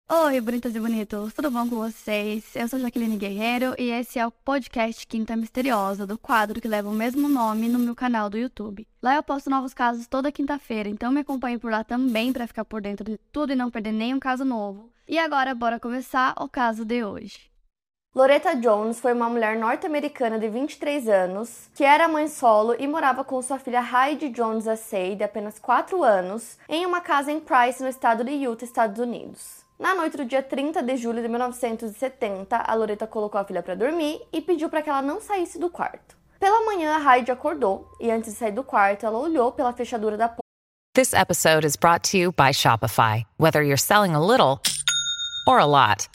Oi, bonitas e bonitos, tudo bom com vocês? Eu sou Jaqueline Guerreiro e esse é o podcast Quinta Misteriosa, do quadro que leva o mesmo nome no meu canal do YouTube. Lá eu posto novos casos toda quinta-feira, então me acompanhe por lá também para ficar por dentro de tudo e não perder nenhum caso novo. E agora, bora começar o caso de hoje. Loretta Jones foi uma mulher norte-americana de 23 anos, que era mãe solo e morava com sua filha Heidi Jones Assay, de apenas 4 anos, em uma casa em Price, no estado de Utah, Estados Unidos. Na noite do dia 30 de julho de 1970, a Loretta colocou a filha para dormir e pediu para que ela não saísse do quarto. Pela manhã, a Heidi acordou e, antes de sair do quarto, ela olhou pela fechadura da porta. This episode is brought to you by Shopify. Whether you're selling a little or a lot,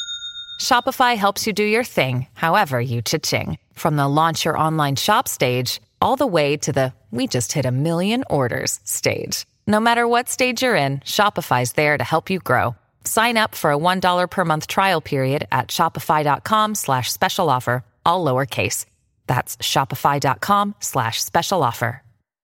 Shopify helps you do your thing, however you cha-ching. From the launch your online shop stage, all the way to the we just hit 1 million orders stage. No matter what stage you're in, Shopify's there to help you grow. Sign up for a $1 per month trial period at shopify.com/special offer, all lowercase. That's shopify.com/special offer.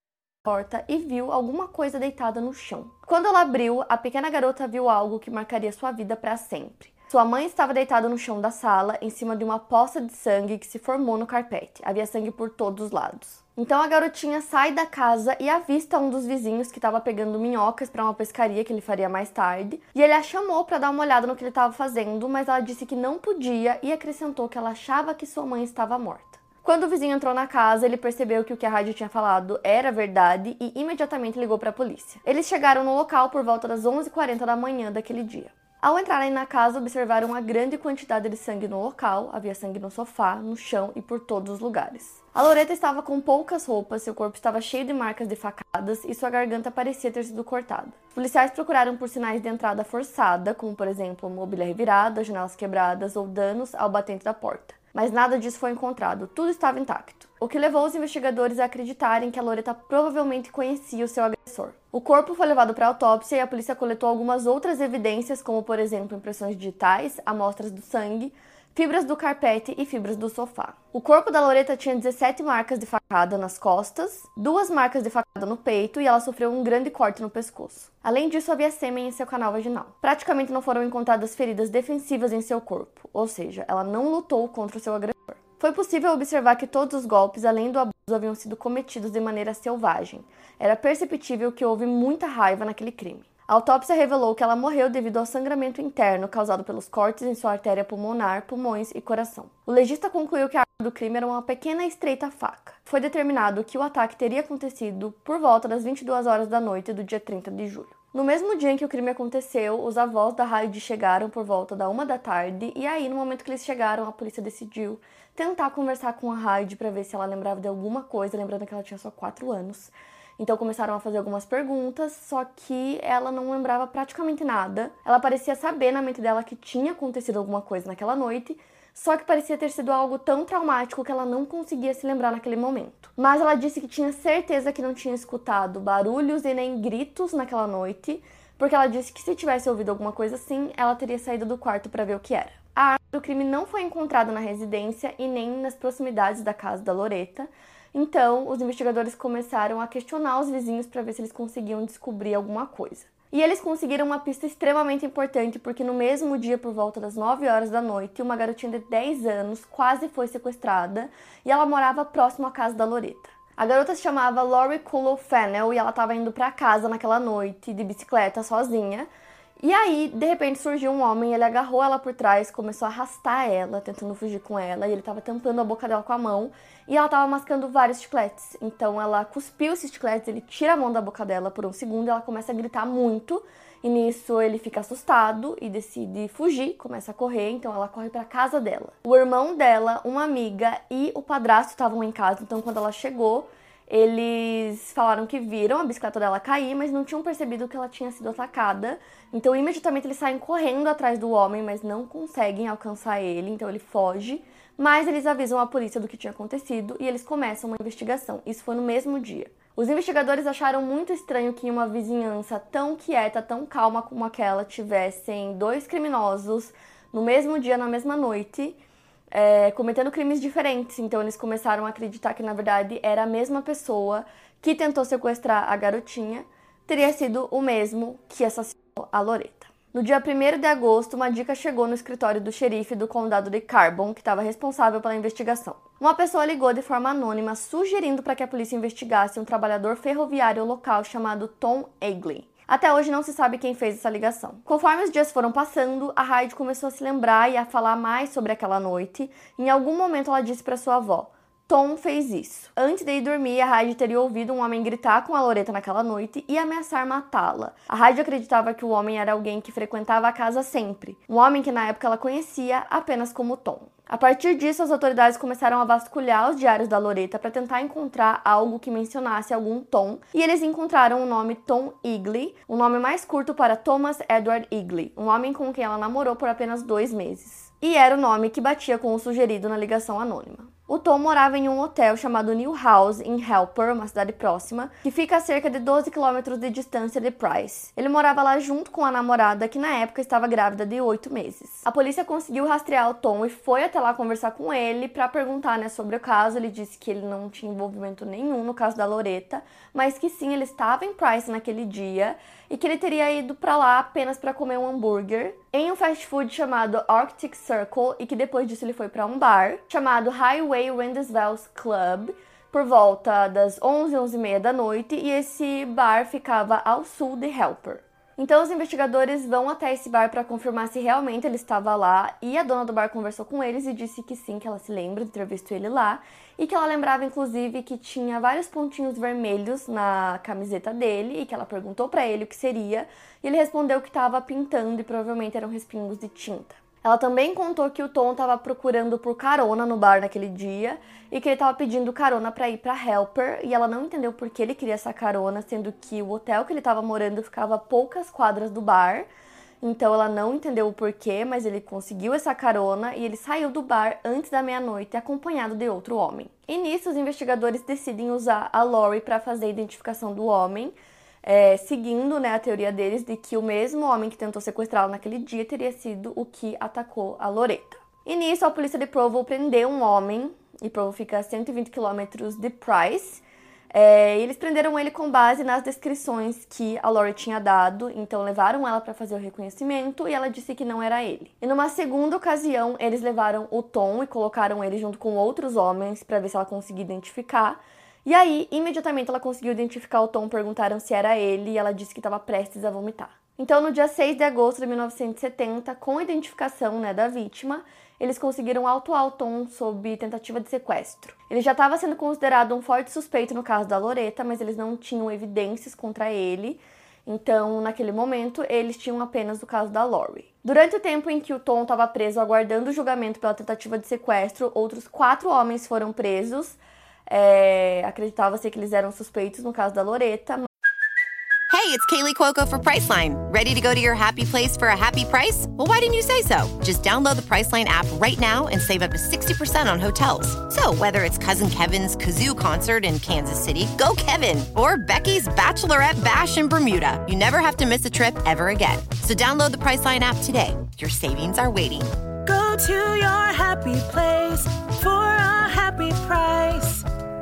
Porta e viu alguma coisa deitada no chão. Quando ela abriu, a pequena garota viu algo que marcaria sua vida para sempre. Sua mãe estava deitada no chão da sala, em cima de uma poça de sangue que se formou no carpete. Havia sangue por todos os lados. Então a garotinha sai da casa e avista um dos vizinhos que estava pegando minhocas para uma pescaria que ele faria mais tarde. E ele a chamou para dar uma olhada no que ele estava fazendo, mas ela disse que não podia e acrescentou que ela achava que sua mãe estava morta. Quando o vizinho entrou na casa, ele percebeu que o que a Heidi tinha falado era verdade e imediatamente ligou para a polícia. Eles chegaram no local por volta das 11h40 da manhã daquele dia. Ao entrarem na casa, observaram uma grande quantidade de sangue no local, havia sangue no sofá, no chão e por todos os lugares. A Loretta estava com poucas roupas, seu corpo estava cheio de marcas de facadas e sua garganta parecia ter sido cortada. Os policiais procuraram por sinais de entrada forçada, como por exemplo mobília revirada, janelas quebradas ou danos ao batente da porta. Mas nada disso foi encontrado, tudo estava intacto. O que levou os investigadores a acreditarem que a Loretta provavelmente conhecia o seu agressor. O corpo foi levado para autópsia e a polícia coletou algumas outras evidências, como por exemplo impressões digitais, amostras do sangue, fibras do carpete e fibras do sofá. O corpo da Loretta tinha 17 marcas de facada nas costas, 2 marcas de facada no peito e ela sofreu um grande corte no pescoço. Além disso, havia sêmen em seu canal vaginal. Praticamente não foram encontradas feridas defensivas em seu corpo, ou seja, ela não lutou contra o seu agressor. Foi possível observar que todos os golpes, além do abuso, haviam sido cometidos de maneira selvagem. Era perceptível que houve muita raiva naquele crime. A autópsia revelou que ela morreu devido ao sangramento interno causado pelos cortes em sua artéria pulmonar, pulmões e coração. O legista concluiu que a arma do crime era uma pequena e estreita faca. Foi determinado que o ataque teria acontecido por volta das 22 horas da noite do dia 30 de julho. No mesmo dia em que o crime aconteceu, os avós da Heidi chegaram por volta da 1 da tarde e aí, no momento que eles chegaram, a polícia decidiu tentar conversar com a Heidi para ver se ela lembrava de alguma coisa, lembrando que ela tinha só 4 anos. Então começaram a fazer algumas perguntas, só que ela não lembrava praticamente nada. Ela parecia saber na mente dela que tinha acontecido alguma coisa naquela noite, só que parecia ter sido algo tão traumático que ela não conseguia se lembrar naquele momento. Mas ela disse que tinha certeza que não tinha escutado barulhos e nem gritos naquela noite, porque ela disse que se tivesse ouvido alguma coisa assim, ela teria saído do quarto para ver o que era. A arma do crime não foi encontrada na residência e nem nas proximidades da casa da Loretta. Então, os investigadores começaram a questionar os vizinhos para ver se eles conseguiam descobrir alguma coisa. E eles conseguiram uma pista extremamente importante, porque no mesmo dia, por volta das 9 horas da noite, uma garotinha de 10 anos quase foi sequestrada e ela morava próximo à casa da Loretta. A garota se chamava Lori Cullow Fennell e ela estava indo para casa naquela noite de bicicleta sozinha. E aí, de repente, surgiu um homem, ele agarrou ela por trás, começou a arrastar ela, tentando fugir com ela, e ele estava tampando a boca dela com a mão, e ela estava mascando vários chicletes. Então ela cuspiu esses chicletes, ele tira a mão da boca dela por um segundo, e ela começa a gritar muito, e nisso ele fica assustado e decide fugir, começa a correr, então ela corre para casa dela. O irmão dela, uma amiga e o padrasto estavam em casa, então quando ela chegou, eles falaram que viram a bicicleta dela cair, mas não tinham percebido que ela tinha sido atacada. Então, imediatamente eles saem correndo atrás do homem, mas não conseguem alcançar ele, então ele foge. Mas eles avisam a polícia do que tinha acontecido e eles começam uma investigação. Isso foi no mesmo dia. Os investigadores acharam muito estranho que em uma vizinhança tão quieta, tão calma como aquela, tivessem 2 criminosos no mesmo dia, na mesma noite, cometendo crimes diferentes. Então eles começaram a acreditar que na verdade era a mesma pessoa que tentou sequestrar a garotinha, teria sido o mesmo que assassinou a Loretta. No dia 1º de agosto, uma dica chegou no escritório do xerife do condado de Carbon, que estava responsável pela investigação. Uma pessoa ligou de forma anônima sugerindo para que a polícia investigasse um trabalhador ferroviário local chamado Tom Eagley. Até hoje não se sabe quem fez essa ligação. Conforme os dias foram passando, a Heidi começou a se lembrar e a falar mais sobre aquela noite. Em algum momento ela disse para sua avó: Tom fez isso. Antes de ir dormir, a Heidi teria ouvido um homem gritar com a Loretta naquela noite e ameaçar matá-la. A Heidi acreditava que o homem era alguém que frequentava a casa sempre. Um homem que na época ela conhecia apenas como Tom. A partir disso, as autoridades começaram a vasculhar os diários da Loretta para tentar encontrar algo que mencionasse algum Tom, e eles encontraram o nome Tom Eagley, um nome mais curto para Thomas Edward Eagley, um homem com quem ela namorou por apenas 2 meses. E era o nome que batia com o sugerido na ligação anônima. O Tom morava em um hotel chamado New House, em Helper, uma cidade próxima, que fica a cerca de 12 km de distância de Price. Ele morava lá junto com a namorada, que na época estava grávida de 8 meses. A polícia conseguiu rastrear o Tom e foi até lá conversar com ele para perguntar, sobre o caso. Ele disse que ele não tinha envolvimento nenhum no caso da Loretta, mas que sim, ele estava em Price naquele dia e que ele teria ido para lá apenas para comer um hambúrguer em um fast food chamado Arctic Circle, e que depois disso ele foi para um bar chamado Highway Rendezvous Club por volta das 11h30 da noite, e esse bar ficava ao sul de Helper. Então os investigadores vão até esse bar para confirmar se realmente ele estava lá, e a dona do bar conversou com eles e disse que sim, que ela se lembra de ter visto ele lá, e que ela lembrava inclusive que tinha vários pontinhos vermelhos na camiseta dele, e que ela perguntou para ele o que seria, e ele respondeu que estava pintando e provavelmente eram respingos de tinta. Ela também contou que o Tom estava procurando por carona no bar naquele dia e que ele estava pedindo carona para ir para Helper, e ela não entendeu por que ele queria essa carona, sendo que o hotel que ele estava morando ficava a poucas quadras do bar. Então ela não entendeu o porquê, mas ele conseguiu essa carona e ele saiu do bar antes da meia-noite acompanhado de outro homem. E nisso os investigadores decidem usar a Lori para fazer a identificação do homem, seguindo a teoria deles de que o mesmo homem que tentou sequestrá-la naquele dia teria sido o que atacou a Loretta. E nisso a polícia de Provo prendeu um homem, e Provo fica a 120 km de Price. Eles prenderam ele com base nas descrições que a Lori tinha dado, então levaram ela para fazer o reconhecimento e ela disse que não era ele. E numa segunda ocasião, eles levaram o Tom e colocaram ele junto com outros homens para ver se ela conseguia identificar. E aí, imediatamente ela conseguiu identificar o Tom, perguntaram se era ele e ela disse que estava prestes a vomitar. Então, no dia 6 de agosto de 1970, com a identificação da vítima, eles conseguiram autuar o Tom sob tentativa de sequestro. Ele já estava sendo considerado um forte suspeito no caso da Loretta, mas eles não tinham evidências contra ele. Então, naquele momento, eles tinham apenas o caso da Lori. Durante o tempo em que o Tom estava preso aguardando o julgamento pela tentativa de sequestro, outros 4 homens foram presos. Acreditava-se que eles eram suspeitos no caso da Loretta. Hey, it's Kaylee Cuoco for Priceline. Ready to go to your happy place for a happy price? Well, why didn't you say so? Just download the Priceline app right now and save up to 60% on hotels. So whether it's Cousin Kevin's Kazoo Concert in Kansas City, go Kevin, or Becky's Bachelorette Bash in Bermuda, you never have to miss a trip ever again. So download the Priceline app today. Your savings are waiting. Go to your happy place for a happy price.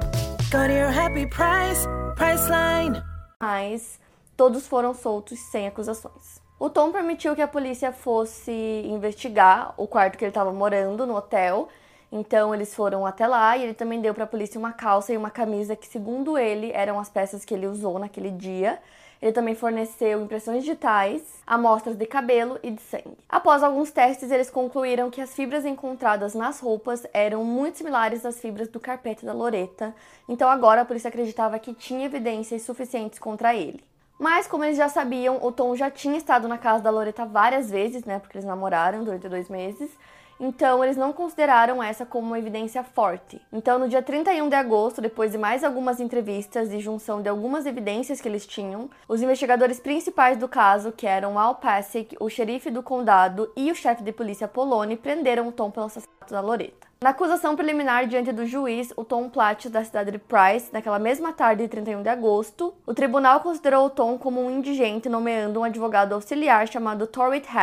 Go to your happy price, Priceline. Mas todos foram soltos sem acusações. O Tom permitiu que a polícia fosse investigar o quarto que ele estava morando no hotel. Então eles foram até lá e ele também deu para a polícia uma calça e uma camisa que, segundo ele, eram as peças que ele usou naquele dia. Ele também forneceu impressões digitais, amostras de cabelo e de sangue. Após alguns testes, eles concluíram que as fibras encontradas nas roupas eram muito similares às fibras do carpete da Loretta. Então agora a polícia acreditava que tinha evidências suficientes contra ele. Mas, como eles já sabiam, o Tom já tinha estado na casa da Loretta várias vezes, porque eles namoraram durante 2 meses. Então, eles não consideraram essa como uma evidência forte. Então, no dia 31 de agosto, depois de mais algumas entrevistas e junção de algumas evidências que eles tinham, os investigadores principais do caso, que eram Al Passek, o xerife do condado e o chefe de polícia Poloni, prenderam o Tom pelo assassinato da Loretta. Na acusação preliminar diante do juiz, o Tom Platts, da cidade de Price, naquela mesma tarde de 31 de agosto, o tribunal considerou o Tom como um indigente, nomeando um advogado auxiliar chamado Torrit Hatch,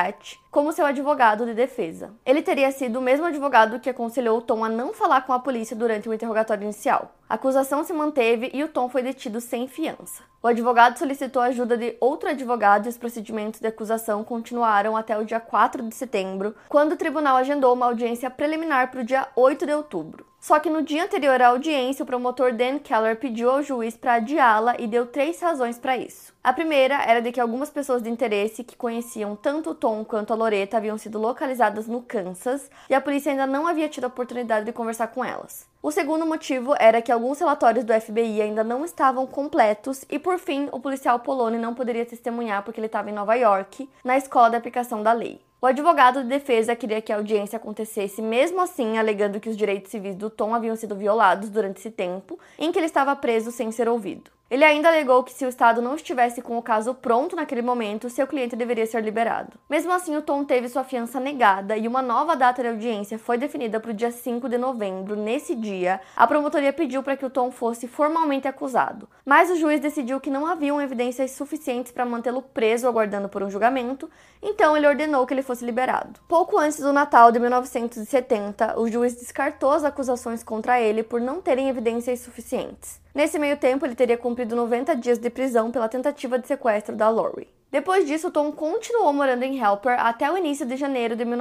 como seu advogado de defesa. Ele teria sido o mesmo advogado que aconselhou o Tom a não falar com a polícia durante o interrogatório inicial. A acusação se manteve e o Tom foi detido sem fiança. O advogado solicitou a ajuda de outro advogado e os procedimentos de acusação continuaram até o dia 4 de setembro, quando o tribunal agendou uma audiência preliminar para o dia 8 de outubro. Só que no dia anterior à audiência, o promotor Dan Keller pediu ao juiz para adiá-la e deu 3 razões para isso. A primeira era de que algumas pessoas de interesse que conheciam tanto o Tom quanto a Loretta haviam sido localizadas no Kansas e a polícia ainda não havia tido a oportunidade de conversar com elas. O segundo motivo era que alguns relatórios do FBI ainda não estavam completos e, por fim, o policial Poloni não poderia testemunhar porque ele estava em Nova York, na escola de aplicação da lei. O advogado de defesa queria que a audiência acontecesse mesmo assim, alegando que os direitos civis do Tom haviam sido violados durante esse tempo em que ele estava preso sem ser ouvido. Ele ainda alegou que se o Estado não estivesse com o caso pronto naquele momento, seu cliente deveria ser liberado. Mesmo assim, o Tom teve sua fiança negada e uma nova data de audiência foi definida para o dia 5 de novembro. Nesse dia, a promotoria pediu para que o Tom fosse formalmente acusado, mas o juiz decidiu que não haviam evidências suficientes para mantê-lo preso aguardando por um julgamento, então ele ordenou que ele fosse liberado. Pouco antes do Natal de 1970, o juiz descartou as acusações contra ele por não terem evidências suficientes. Nesse meio tempo, ele teria cumprido 90 dias de prisão pela tentativa de sequestro da Lori. Depois disso, Tom continuou morando em Helper até o início de janeiro de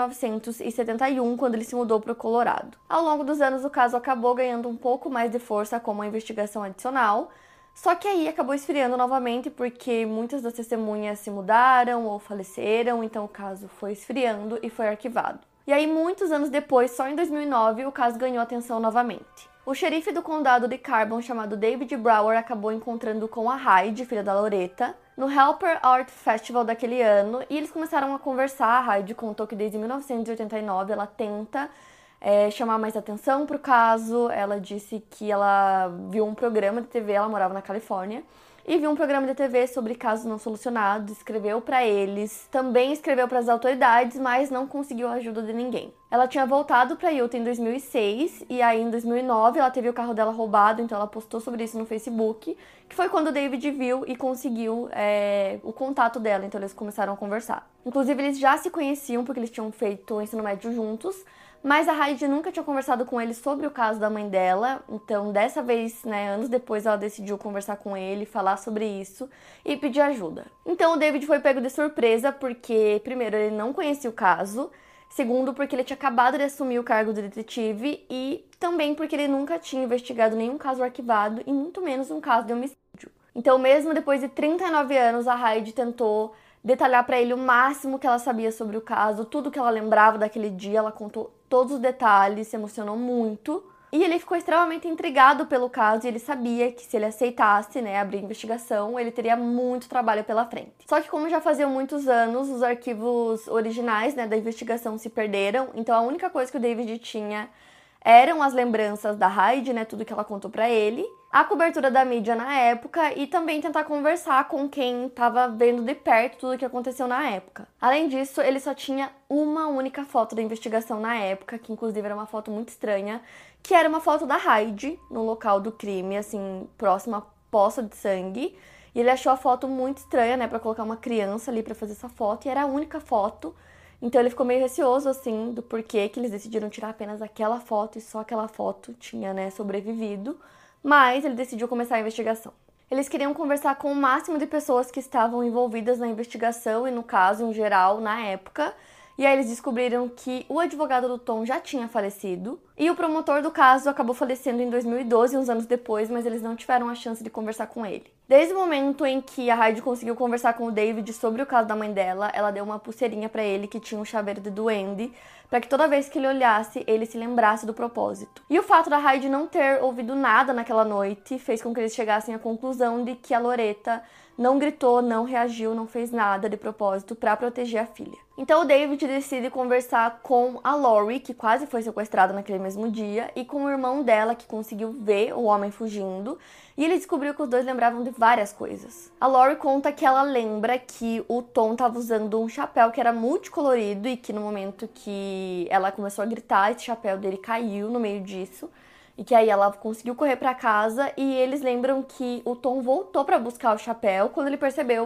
1971, quando ele se mudou para o Colorado. Ao longo dos anos, o caso acabou ganhando um pouco mais de força como uma investigação adicional, só que aí acabou esfriando novamente porque muitas das testemunhas se mudaram ou faleceram, então o caso foi esfriando e foi arquivado. E aí, muitos anos depois, só em 2009, o caso ganhou atenção novamente. O xerife do condado de Carbon, chamado David Brower, acabou encontrando com a Heidi, filha da Loretta, no Helper Art Festival daquele ano, e eles começaram a conversar. A Heidi contou que desde 1989 ela tenta chamar mais atenção para o caso. Ela disse que ela viu um programa de TV, ela morava na Califórnia, e viu um programa de TV sobre casos não solucionados, escreveu para eles, também escreveu para as autoridades, mas não conseguiu a ajuda de ninguém. Ela tinha voltado para Utah em 2006 e aí em 2009 ela teve o carro dela roubado, então ela postou sobre isso no Facebook, que foi quando o David viu e conseguiu o contato dela, então eles começaram a conversar. Inclusive eles já se conheciam porque eles tinham feito o ensino médio juntos, mas a Heidi nunca tinha conversado com ele sobre o caso da mãe dela, então dessa vez, anos depois, ela decidiu conversar com ele, falar sobre isso e pedir ajuda. Então o David foi pego de surpresa porque, primeiro, ele não conhecia o caso, segundo, porque ele tinha acabado de assumir o cargo de detetive e também porque ele nunca tinha investigado nenhum caso arquivado e muito menos um caso de homicídio. Então, mesmo depois de 39 anos, a Heidi tentou detalhar para ele o máximo que ela sabia sobre o caso, tudo que ela lembrava daquele dia, ela contou todos os detalhes, se emocionou muito. E ele ficou extremamente intrigado pelo caso e ele sabia que se ele aceitasse, abrir investigação, ele teria muito trabalho pela frente. Só que como já faziam muitos anos, os arquivos originais, da investigação se perderam, então a única coisa que o David tinha eram as lembranças da Heidi, tudo que ela contou pra ele, a cobertura da mídia na época e também tentar conversar com quem estava vendo de perto tudo o que aconteceu na época. Além disso, ele só tinha uma única foto da investigação na época, que inclusive era uma foto muito estranha, que era uma foto da Heidi no local do crime, assim, próximo à poça de sangue. E ele achou a foto muito estranha, pra colocar uma criança ali pra fazer essa foto, e era a única foto. Então ele ficou meio receoso, assim, do porquê que eles decidiram tirar apenas aquela foto e só aquela foto tinha, sobrevivido. Mas ele decidiu começar a investigação. Eles queriam conversar com o máximo de pessoas que estavam envolvidas na investigação e no caso em geral na época. E aí eles descobriram que o advogado do Tom já tinha falecido e o promotor do caso acabou falecendo em 2012, uns anos depois, mas eles não tiveram a chance de conversar com ele. Desde o momento em que a Heidi conseguiu conversar com o David sobre o caso da mãe dela, ela deu uma pulseirinha pra ele que tinha um chaveiro de duende, para que toda vez que ele olhasse, ele se lembrasse do propósito. E o fato da Heidi não ter ouvido nada naquela noite fez com que eles chegassem à conclusão de que a Loretta não gritou, não reagiu, não fez nada de propósito para proteger a filha. Então o David decide conversar com a Lori, que quase foi sequestrada naquele mesmo dia, e com o irmão dela, que conseguiu ver o homem fugindo, e ele descobriu que os dois lembravam de várias coisas. A Lori conta que ela lembra que o Tom estava usando um chapéu que era multicolorido e que no momento que ela começou a gritar, esse chapéu dele caiu no meio disso. E que aí ela conseguiu correr pra casa e eles lembram que o Tom voltou pra buscar o chapéu quando ele percebeu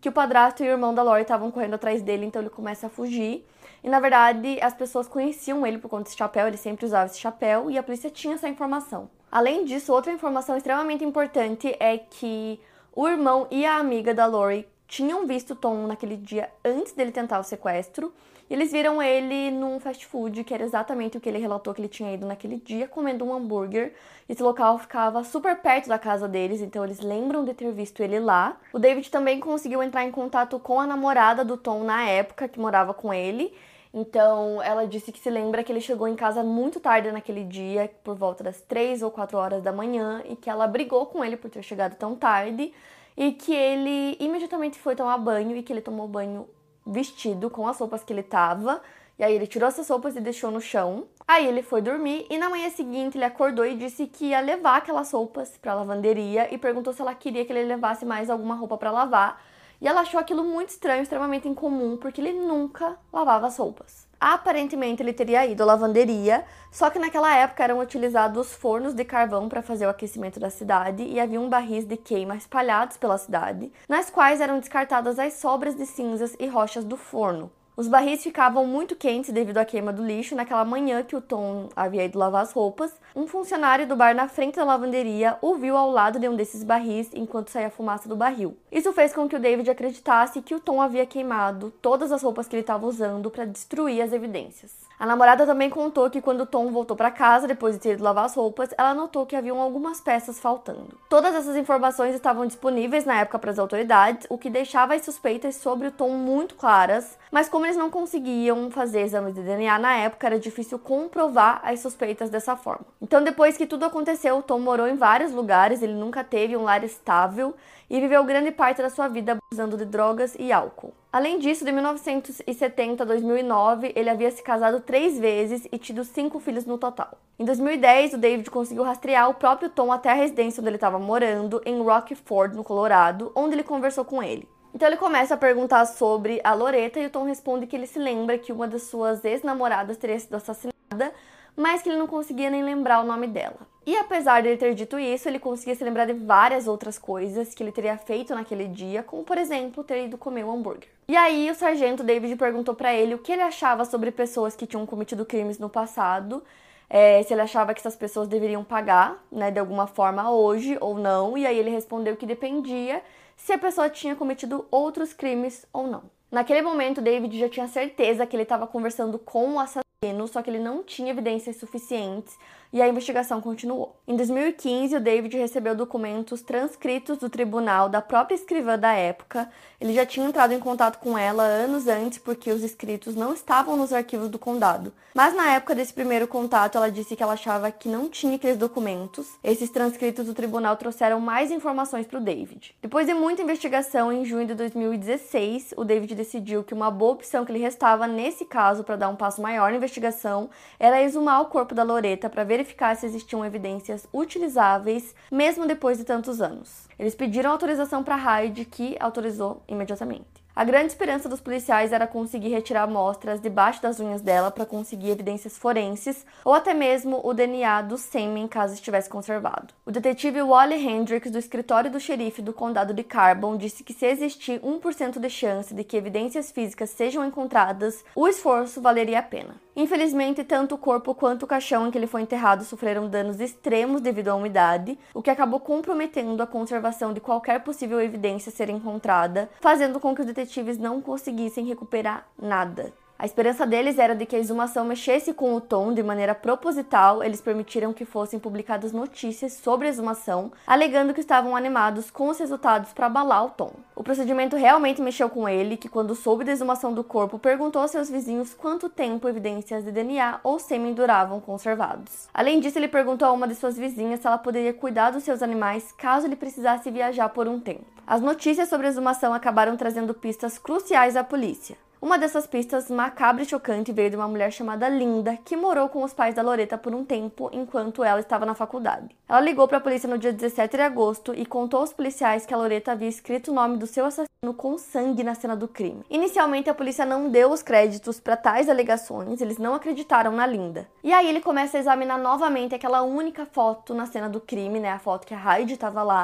que o padrasto e o irmão da Lori estavam correndo atrás dele, então ele começa a fugir. E, na verdade, as pessoas conheciam ele por conta desse chapéu, ele sempre usava esse chapéu, e a polícia tinha essa informação. Além disso, outra informação extremamente importante é que o irmão e a amiga da Lori tinham visto Tom naquele dia antes dele tentar o sequestro, e eles viram ele num fast food, que era exatamente o que ele relatou que ele tinha ido naquele dia, comendo um hambúrguer. Esse local ficava super perto da casa deles, então eles lembram de ter visto ele lá. O David também conseguiu entrar em contato com a namorada do Tom na época, que morava com ele. Então, ela disse que se lembra que ele chegou em casa muito tarde naquele dia, por volta das 3 ou 4 horas da manhã, e que ela brigou com ele por ter chegado tão tarde, e que ele imediatamente foi tomar banho, e que ele tomou banho vestido com as roupas que ele tava, e aí ele tirou essas roupas e deixou no chão. Aí ele foi dormir, e na manhã seguinte ele acordou e disse que ia levar aquelas roupas pra lavanderia, e perguntou se ela queria que ele levasse mais alguma roupa pra lavar. E ela achou aquilo muito estranho, extremamente incomum, porque ele nunca lavava as roupas. Aparentemente ele teria ido à lavanderia, só que naquela época eram utilizados fornos de carvão para fazer o aquecimento da cidade e haviam barris de queima espalhados pela cidade, nas quais eram descartadas as sobras de cinzas e rochas do forno. Os barris ficavam muito quentes devido à queima do lixo naquela manhã que o Tom havia ido lavar as roupas. Um funcionário do bar na frente da lavanderia o viu ao lado de um desses barris enquanto saía a fumaça do barril. Isso fez com que o David acreditasse que o Tom havia queimado todas as roupas que ele estava usando para destruir as evidências. A namorada também contou que quando o Tom voltou para casa, depois de ter ido lavar as roupas, ela notou que haviam algumas peças faltando. Todas essas informações estavam disponíveis na época para as autoridades, o que deixava as suspeitas sobre o Tom muito claras, mas como eles não conseguiam fazer exames de DNA na época, era difícil comprovar as suspeitas dessa forma. Então, depois que tudo aconteceu, o Tom morou em vários lugares, ele nunca teve um lar estável e viveu grande parte da sua vida abusando de drogas e álcool. Além disso, de 1970 a 2009, ele havia se casado 3 vezes e tido 5 filhos no total. Em 2010, o David conseguiu rastrear o próprio Tom até a residência onde ele estava morando, em Rocky Ford, no Colorado, onde ele conversou com ele. Então ele começa a perguntar sobre a Loretta e o Tom responde que ele se lembra que uma das suas ex-namoradas teria sido assassinada, mas que ele não conseguia nem lembrar o nome dela. E apesar de ele ter dito isso, ele conseguia se lembrar de várias outras coisas que ele teria feito naquele dia, como por exemplo, ter ido comer um hambúrguer. E aí o sargento David perguntou pra ele o que ele achava sobre pessoas que tinham cometido crimes no passado, se ele achava que essas pessoas deveriam pagar, né, de alguma forma hoje ou não, e aí ele respondeu que dependia se a pessoa tinha cometido outros crimes ou não. Naquele momento, David já tinha certeza que ele estava conversando com o assassino, só que ele não tinha evidências suficientes e a investigação continuou. Em 2015, o David recebeu documentos transcritos do tribunal da própria escrivã da época. Ele já tinha entrado em contato com ela anos antes porque os escritos não estavam nos arquivos do condado. Mas na época desse primeiro contato, ela disse que ela achava que não tinha aqueles documentos. Esses transcritos do tribunal trouxeram mais informações para o David. Depois de muita investigação, em junho de 2016, o David decidiu que uma boa opção que lhe restava nesse caso para dar um passo maior na investigação era exumar o corpo da Loretta para verificar se existiam evidências utilizáveis, mesmo depois de tantos anos. Eles pediram autorização para Hyde, que autorizou imediatamente. A grande esperança dos policiais era conseguir retirar amostras debaixo das unhas dela para conseguir evidências forenses ou até mesmo o DNA do sêmen caso estivesse conservado. O detetive Wally Hendricks, do escritório do xerife do condado de Carbon, disse que se existir 1% de chance de que evidências físicas sejam encontradas, o esforço valeria a pena. Infelizmente, tanto o corpo quanto o caixão em que ele foi enterrado sofreram danos extremos devido à umidade, o que acabou comprometendo a conservação de qualquer possível evidência ser encontrada, fazendo com que os detetives não conseguissem recuperar nada. A esperança deles era de que a exumação mexesse com o Tom de maneira proposital. Eles permitiram que fossem publicadas notícias sobre a exumação, alegando que estavam animados com os resultados para abalar o Tom. O procedimento realmente mexeu com ele, que quando soube da exumação do corpo, perguntou aos seus vizinhos quanto tempo evidências de DNA ou sêmen duravam conservados. Além disso, ele perguntou a uma de suas vizinhas se ela poderia cuidar dos seus animais caso ele precisasse viajar por um tempo. As notícias sobre a exumação acabaram trazendo pistas cruciais à polícia. Uma dessas pistas macabra e chocante veio de uma mulher chamada Linda, que morou com os pais da Loretta por um tempo enquanto ela estava na faculdade. Ela ligou para a polícia no dia 17 de agosto e contou aos policiais que a Loretta havia escrito o nome do seu assassino com sangue na cena do crime. Inicialmente, a polícia não deu os créditos para tais alegações, eles não acreditaram na Linda. E aí ele começa a examinar novamente aquela única foto na cena do crime, né, a foto que a Hyde estava lá,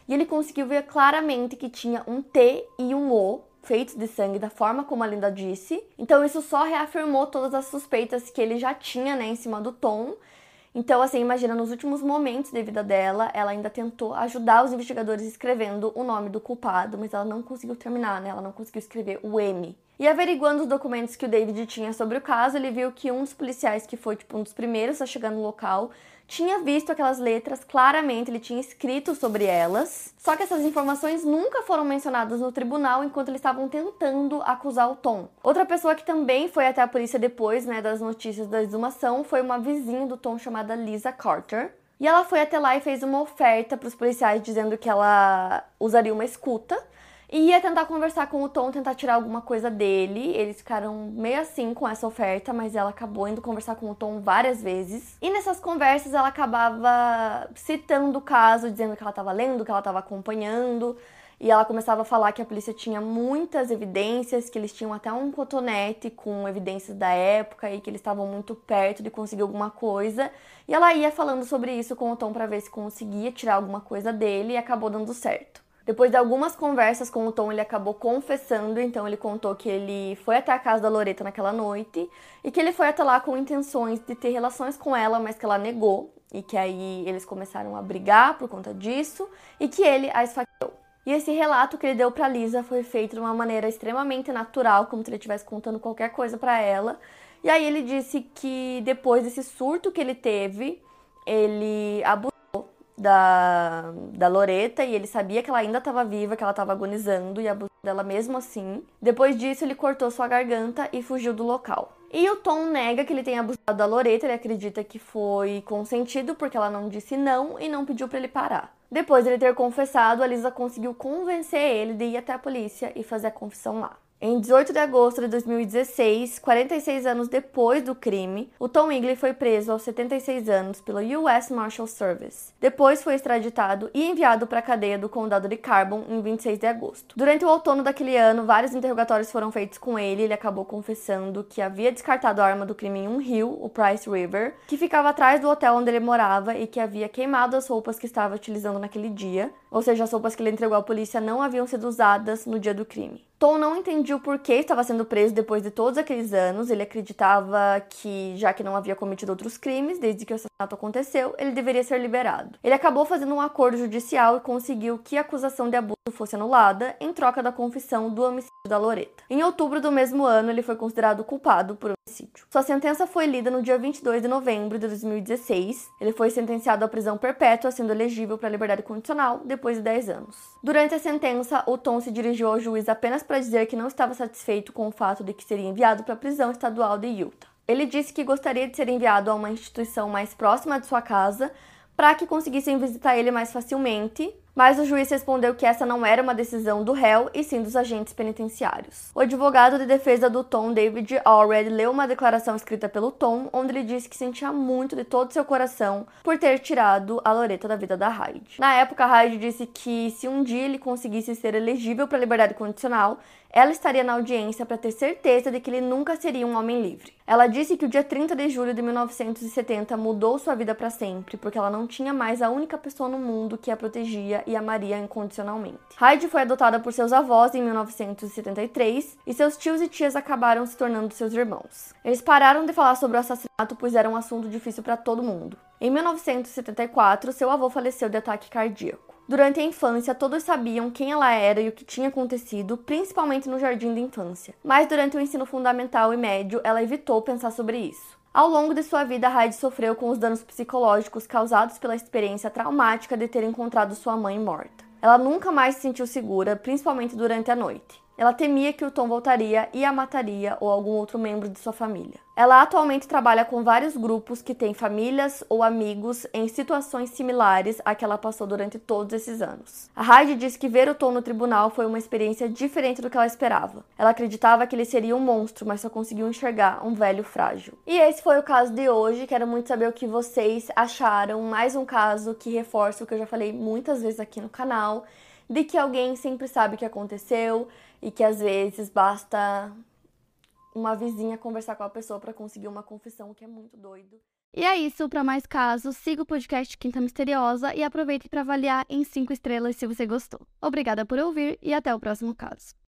e ele conseguiu ver claramente que tinha um T e um O feitos de sangue da forma como a Linda disse. Então isso só reafirmou todas as suspeitas que ele já tinha, né, em cima do Tom. Então, assim, imagina, nos últimos momentos da vida dela, ela ainda tentou ajudar os investigadores escrevendo o nome do culpado, mas ela não conseguiu terminar, né? Ela não conseguiu escrever o M. E averiguando os documentos que o David tinha sobre o caso, ele viu que um dos policiais, que foi, um dos primeiros a chegar no local, tinha visto aquelas letras claramente, ele tinha escrito sobre elas. Só que essas informações nunca foram mencionadas no tribunal enquanto eles estavam tentando acusar o Tom. Outra pessoa que também foi até a polícia depois, né, das notícias da exumação foi uma vizinha do Tom chamada Lisa Carter. E ela foi até lá e fez uma oferta para os policiais dizendo que ela usaria uma escuta e ia tentar conversar com o Tom, tentar tirar alguma coisa dele. Eles ficaram meio assim com essa oferta, mas ela acabou indo conversar com o Tom várias vezes. E nessas conversas ela acabava citando o caso, dizendo que ela estava lendo, que ela estava acompanhando. E ela começava a falar que a polícia tinha muitas evidências, que eles tinham até um cotonete com evidências da época e que eles estavam muito perto de conseguir alguma coisa. E ela ia falando sobre isso com o Tom para ver se conseguia tirar alguma coisa dele e acabou dando certo. Depois de algumas conversas com o Tom, ele acabou confessando, então ele contou que ele foi até a casa da Loretta naquela noite e que ele foi até lá com intenções de ter relações com ela, mas que ela negou e que aí eles começaram a brigar por conta disso e que ele a esfaqueou. E esse relato que ele deu pra Lisa foi feito de uma maneira extremamente natural, como se ele estivesse contando qualquer coisa pra ela. E aí ele disse que depois desse surto que ele teve, ele abusou da Loretta e ele sabia que ela ainda estava viva, que ela estava agonizando e abusou dela mesmo assim. Depois disso, ele cortou sua garganta e fugiu do local. E o Tom nega que ele tenha abusado da Loretta, ele acredita que foi consentido porque ela não disse não e não pediu para ele parar. Depois de ele ter confessado, a Lisa conseguiu convencer ele de ir até a polícia e fazer a confissão lá. Em 18 de agosto de 2016, 46 anos depois do crime, o Tom Higley foi preso aos 76 anos pelo US Marshal Service. Depois foi extraditado e enviado para a cadeia do condado de Carbon em 26 de agosto. Durante o outono daquele ano, vários interrogatórios foram feitos com ele e ele acabou confessando que havia descartado a arma do crime em um rio, o Price River, que ficava atrás do hotel onde ele morava e que havia queimado as roupas que estava utilizando naquele dia, ou seja, as roupas que ele entregou à polícia não haviam sido usadas no dia do crime. Tom não entendia o porquê estava sendo preso depois de todos aqueles anos. Ele acreditava que, já que não havia cometido outros crimes desde que o assassinato aconteceu, ele deveria ser liberado. Ele acabou fazendo um acordo judicial e conseguiu que a acusação de abuso fosse anulada em troca da confissão do homicídio da Loretta. Em outubro do mesmo ano, ele foi considerado culpado por homicídio. Sua sentença foi lida no dia 22 de novembro de 2016. Ele foi sentenciado à prisão perpétua, sendo elegível para liberdade condicional depois de 10 anos. Durante a sentença, o Tom se dirigiu ao juiz apenas para dizer que não estava satisfeito com o fato de que seria enviado para a prisão estadual de Utah. Ele disse que gostaria de ser enviado a uma instituição mais próxima de sua casa para que conseguissem visitar ele mais facilmente, mas o juiz respondeu que essa não era uma decisão do réu e sim dos agentes penitenciários. O advogado de defesa do Tom, David Allred, leu uma declaração escrita pelo Tom, onde ele disse que sentia muito de todo seu coração por ter tirado a Loretta da vida da Hyde. Na época, Hyde disse que se um dia ele conseguisse ser elegível para liberdade condicional, ela estaria na audiência para ter certeza de que ele nunca seria um homem livre. Ela disse que o dia 30 de julho de 1970 mudou sua vida para sempre, porque ela não tinha mais a única pessoa no mundo que a protegia e amaria incondicionalmente. Hyde foi adotada por seus avós em 1973 e seus tios e tias acabaram se tornando seus irmãos. Eles pararam de falar sobre o assassinato, pois era um assunto difícil para todo mundo. Em 1974, seu avô faleceu de ataque cardíaco. Durante a infância, todos sabiam quem ela era e o que tinha acontecido, principalmente no jardim de infância. Mas durante o ensino fundamental e médio, ela evitou pensar sobre isso. Ao longo de sua vida, Hyde sofreu com os danos psicológicos causados pela experiência traumática de ter encontrado sua mãe morta. Ela nunca mais se sentiu segura, principalmente durante a noite. Ela temia que o Tom voltaria e a mataria ou algum outro membro de sua família. Ela atualmente trabalha com vários grupos que têm famílias ou amigos em situações similares à que ela passou durante todos esses anos. A Hyde diz que ver o Tom no tribunal foi uma experiência diferente do que ela esperava. Ela acreditava que ele seria um monstro, mas só conseguiu enxergar um velho frágil. E esse foi o caso de hoje. Quero muito saber o que vocês acharam. Mais um caso que reforça o que eu já falei muitas vezes aqui no canal, de que alguém sempre sabe o que aconteceu e que às vezes basta uma vizinha conversar com a pessoa pra conseguir uma confissão, o que é muito doido. E é isso, para mais casos, siga o podcast Quinta Misteriosa e aproveite para avaliar em 5 estrelas se você gostou. Obrigada por ouvir e até o próximo caso.